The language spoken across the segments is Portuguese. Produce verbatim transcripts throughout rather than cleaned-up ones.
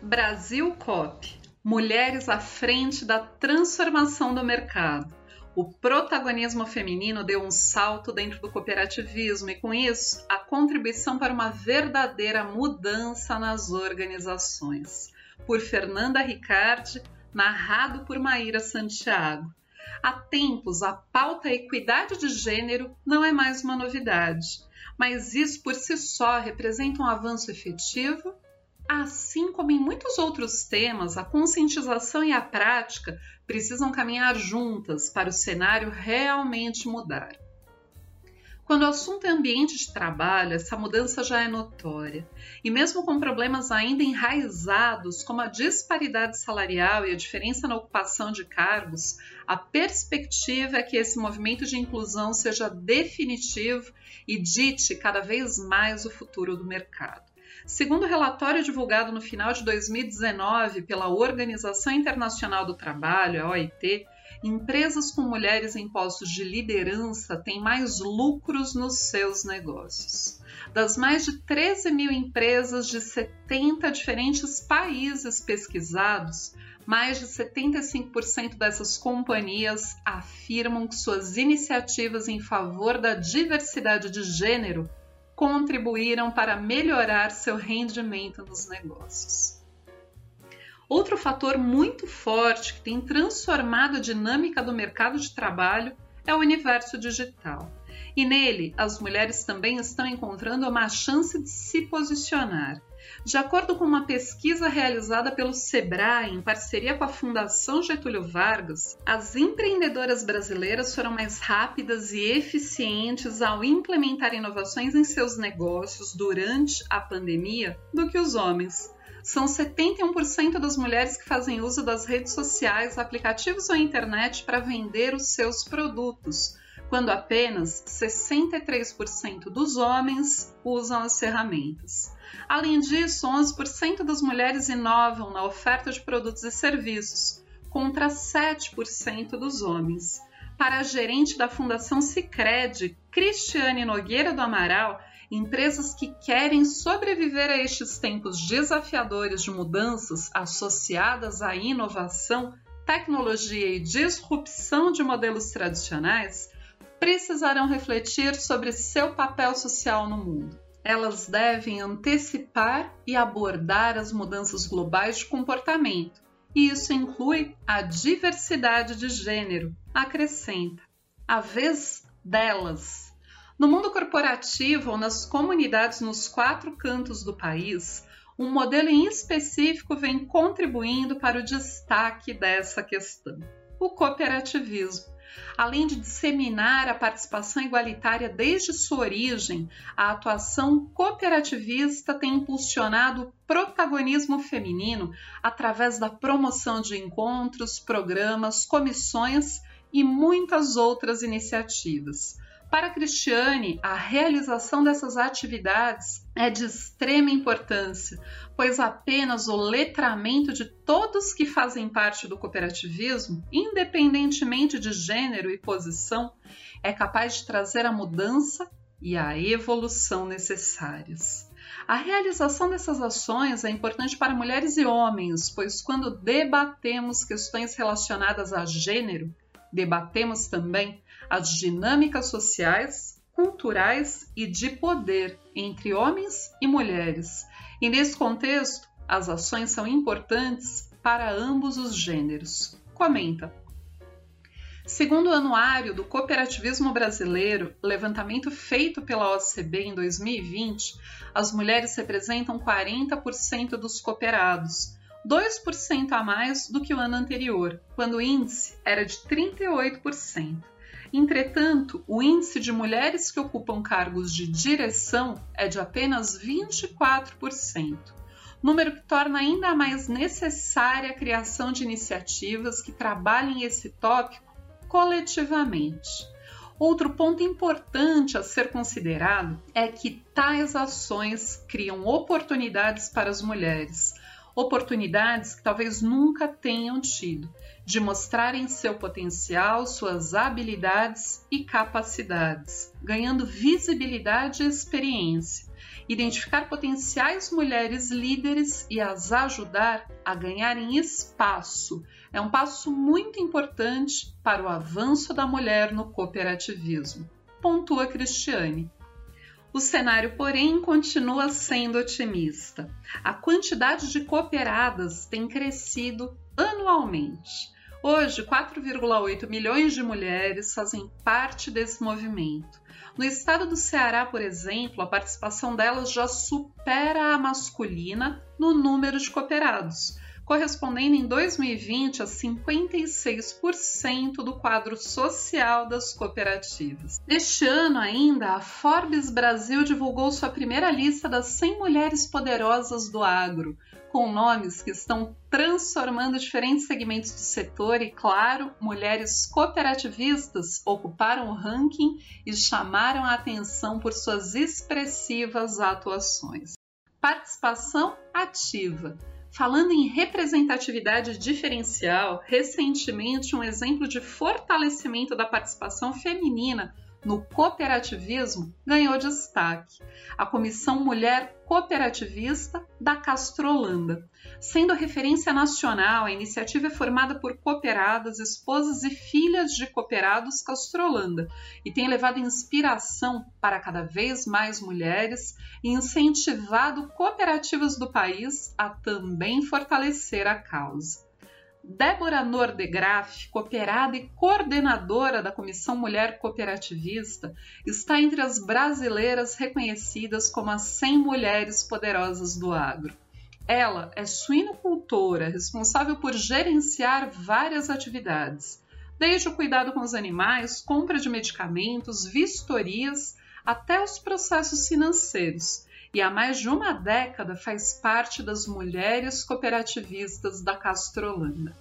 Brasil Cop, mulheres à frente da transformação do mercado. O protagonismo feminino deu um salto dentro do cooperativismo e, com isso, a contribuição para uma verdadeira mudança nas organizações. Por Fernanda Ricardi, narrado por Maíra Santiago. Há tempos, a pauta equidade de gênero não é mais uma novidade, mas isso por si só representa um avanço efetivo. Assim como em muitos outros temas, a conscientização e a prática precisam caminhar juntas para o cenário realmente mudar. Quando o assunto é ambiente de trabalho, essa mudança já é notória. E mesmo com problemas ainda enraizados, como a disparidade salarial e a diferença na ocupação de cargos, a perspectiva é que esse movimento de inclusão seja definitivo e dite cada vez mais o futuro do mercado. Segundo o relatório divulgado no final de dois mil e dezenove pela Organização Internacional do Trabalho, a O I T, empresas com mulheres em postos de liderança têm mais lucros nos seus negócios. Das mais de treze mil empresas de setenta diferentes países pesquisados, mais de setenta e cinco por cento dessas companhias afirmam que suas iniciativas em favor da diversidade de gênero contribuíram para melhorar seu rendimento nos negócios. Outro fator muito forte que tem transformado a dinâmica do mercado de trabalho é o universo digital. E nele, as mulheres também estão encontrando uma chance de se posicionar. De acordo com uma pesquisa realizada pelo Sebrae, em parceria com a Fundação Getúlio Vargas, as empreendedoras brasileiras foram mais rápidas e eficientes ao implementar inovações em seus negócios durante a pandemia do que os homens. São setenta e um por cento das mulheres que fazem uso das redes sociais, aplicativos ou internet para vender os seus produtos, quando apenas sessenta e três por cento dos homens usam as ferramentas. Além disso, onze por cento das mulheres inovam na oferta de produtos e serviços, contra sete por cento dos homens. Para a gerente da Fundação Sicredi, Cristiane Nogueira do Amaral, empresas que querem sobreviver a estes tempos desafiadores de mudanças associadas à inovação, tecnologia e disrupção de modelos tradicionais, precisarão refletir sobre seu papel social no mundo. Elas devem antecipar e abordar as mudanças globais de comportamento, e isso inclui a diversidade de gênero, acrescenta, a vez delas. No mundo corporativo ou nas comunidades nos quatro cantos do país, um modelo em específico vem contribuindo para o destaque dessa questão: o cooperativismo. Além de disseminar a participação igualitária desde sua origem, a atuação cooperativista tem impulsionado o protagonismo feminino através da promoção de encontros, programas, comissões e muitas outras iniciativas. Para Cristiane, a realização dessas atividades é de extrema importância, pois apenas o letramento de todos que fazem parte do cooperativismo, independentemente de gênero e posição, é capaz de trazer a mudança e a evolução necessárias. A realização dessas ações é importante para mulheres e homens, pois quando debatemos questões relacionadas a gênero, debatemos também as dinâmicas sociais, culturais e de poder entre homens e mulheres. E nesse contexto, as ações são importantes para ambos os gêneros. Comenta. Segundo o Anuário do Cooperativismo Brasileiro, levantamento feito pela O C B em dois mil e vinte, as mulheres representam quarenta por cento dos cooperados, dois por cento a mais do que o ano anterior, quando o índice era de trinta e oito por cento. Entretanto, o índice de mulheres que ocupam cargos de direção é de apenas vinte e quatro por cento, número que torna ainda mais necessária a criação de iniciativas que trabalhem esse tópico coletivamente. Outro ponto importante a ser considerado é que tais ações criam oportunidades para as mulheres, oportunidades que talvez nunca tenham tido, de mostrarem seu potencial, suas habilidades e capacidades, ganhando visibilidade e experiência. identificar potenciais mulheres líderes e as ajudar a ganharem espaço. É um passo muito importante para o avanço da mulher no cooperativismo, pontua Cristiane. O cenário, porém, continua sendo otimista. A quantidade de cooperadas tem crescido anualmente. Hoje, quatro vírgula oito milhões de mulheres fazem parte desse movimento. No estado do Ceará, por exemplo, a participação delas já supera a masculina no número de cooperados, correspondendo em dois mil e vinte a cinquenta e seis por cento do quadro social das cooperativas. Neste ano ainda, a Forbes Brasil divulgou sua primeira lista das cem mulheres poderosas do agro, com nomes que estão transformando diferentes segmentos do setor e, claro, mulheres cooperativistas ocuparam o ranking e chamaram a atenção por suas expressivas atuações. Participação ativa. Falando em representatividade diferencial, recentemente um exemplo de fortalecimento da participação feminina no cooperativismo ganhou destaque: a Comissão Mulher Cooperativista da Castrolanda. Sendo referência nacional, a iniciativa é formada por cooperadas, esposas e filhas de cooperados Castrolanda e tem levado inspiração para cada vez mais mulheres e incentivado cooperativas do país a também fortalecer a causa. Débora Nordegraf, cooperada e coordenadora da Comissão Mulher Cooperativista, está entre as brasileiras reconhecidas como as cem mulheres poderosas do agro. Ela é suinocultora, responsável por gerenciar várias atividades, desde o cuidado com os animais, compra de medicamentos, vistorias, até os processos financeiros. E há mais de uma década faz parte das mulheres cooperativistas da Castrolanda.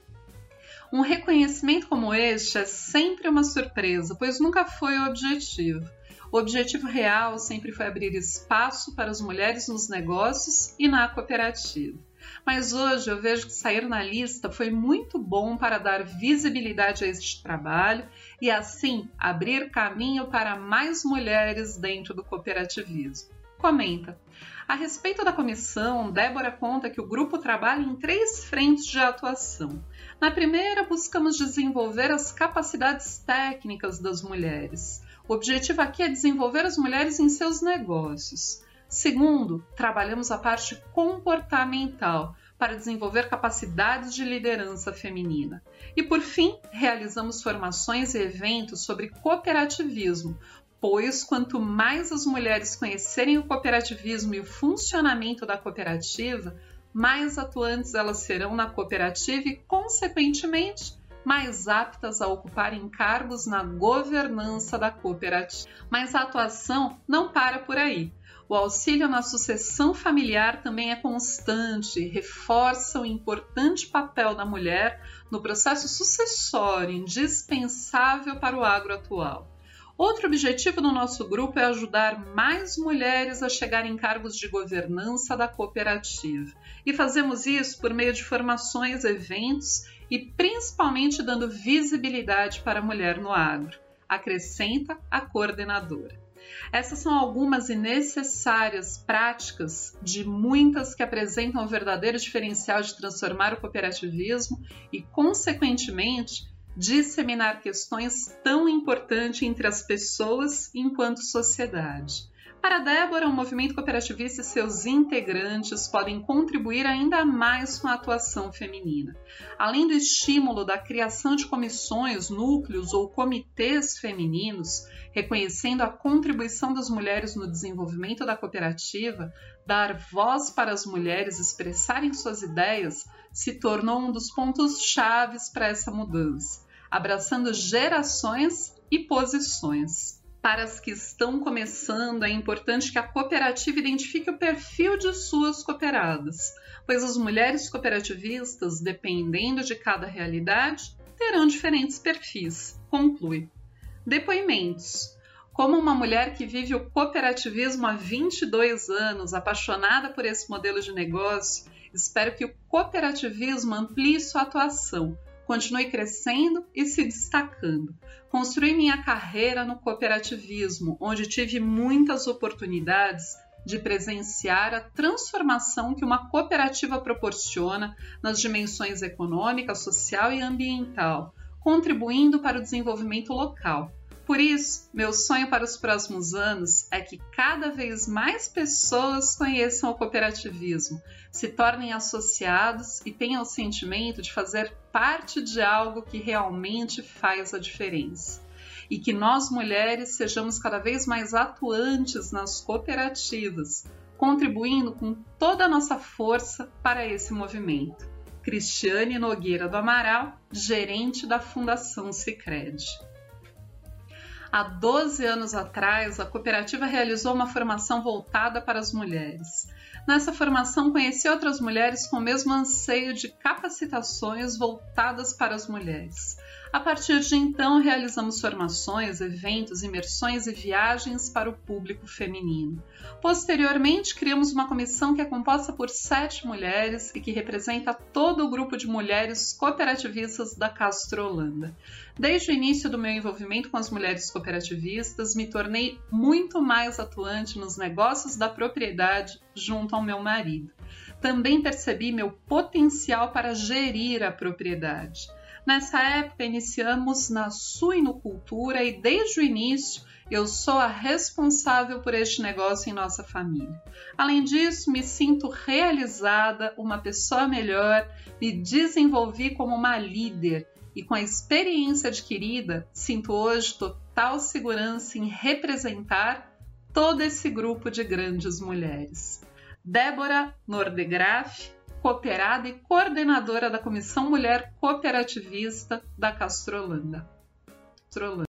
Um reconhecimento como este é sempre uma surpresa, pois nunca foi o objetivo. O objetivo real sempre foi abrir espaço para as mulheres nos negócios e na cooperativa. Mas hoje eu vejo que sair na lista foi muito bom para dar visibilidade a este trabalho e assim abrir caminho para mais mulheres dentro do cooperativismo. Comenta. A respeito da comissão, Débora conta que o grupo trabalha em três frentes de atuação. Na primeira, buscamos desenvolver as capacidades técnicas das mulheres. O objetivo aqui é desenvolver as mulheres em seus negócios. Segundo, trabalhamos a parte comportamental para desenvolver capacidades de liderança feminina. E por fim, realizamos formações e eventos sobre cooperativismo, pois quanto mais as mulheres conhecerem o cooperativismo e o funcionamento da cooperativa, mais atuantes elas serão na cooperativa e, consequentemente, mais aptas a ocuparem cargos na governança da cooperativa. Mas a atuação não para por aí. O auxílio na sucessão familiar também é constante e reforça o importante papel da mulher no processo sucessório, indispensável para o agro atual. Outro objetivo do nosso grupo é ajudar mais mulheres a chegarem em cargos de governança da cooperativa. E fazemos isso por meio de formações, eventos e principalmente dando visibilidade para a mulher no agro, acrescenta a coordenadora. Essas são algumas e necessárias práticas de muitas que apresentam o verdadeiro diferencial de transformar o cooperativismo e, consequentemente, disseminar questões tão importantes entre as pessoas enquanto sociedade. Para Débora, o movimento cooperativista e seus integrantes podem contribuir ainda mais com a atuação feminina. Além do estímulo da criação de comissões, núcleos ou comitês femininos, reconhecendo a contribuição das mulheres no desenvolvimento da cooperativa, dar voz para as mulheres expressarem suas ideias se tornou um dos pontos chaves para essa mudança, abraçando gerações e posições. Para as que estão começando, é importante que a cooperativa identifique o perfil de suas cooperadas, pois as mulheres cooperativistas, dependendo de cada realidade, terão diferentes perfis, conclui. Depoimentos. Como uma mulher que vive o cooperativismo há vinte e dois anos, apaixonada por esse modelo de negócio, espero que o cooperativismo amplie sua atuação, continue crescendo e se destacando. Construí minha carreira no cooperativismo, onde tive muitas oportunidades de presenciar a transformação que uma cooperativa proporciona nas dimensões econômica, social e ambiental, contribuindo para o desenvolvimento local. Por isso, meu sonho para os próximos anos é que cada vez mais pessoas conheçam o cooperativismo, se tornem associados e tenham o sentimento de fazer parte de algo que realmente faz a diferença. E que nós, mulheres, sejamos cada vez mais atuantes nas cooperativas, contribuindo com toda a nossa força para esse movimento. Cristiane Nogueira do Amaral, gerente da Fundação Sicredi. Há doze anos atrás, a cooperativa realizou uma formação voltada para as mulheres. Nessa formação, conheci outras mulheres com o mesmo anseio de capacitações voltadas para as mulheres. A partir de então, realizamos formações, eventos, imersões e viagens para o público feminino. Posteriormente, criamos uma comissão que é composta por sete mulheres e que representa todo o grupo de mulheres cooperativistas da Castro Holanda. Desde o início do meu envolvimento com as mulheres cooperativistas, me tornei muito mais atuante nos negócios da propriedade junto ao meu marido. Também percebi meu potencial para gerir a propriedade. Nessa época, iniciamos na suinocultura e, desde o início, eu sou a responsável por este negócio em nossa família. Além disso, me sinto realizada, uma pessoa melhor, me desenvolvi como uma líder e, com a experiência adquirida, sinto hoje total segurança em representar todo esse grupo de grandes mulheres. Débora Nordegraff, cooperada e coordenadora da Comissão Mulher Cooperativista da Castro Holanda.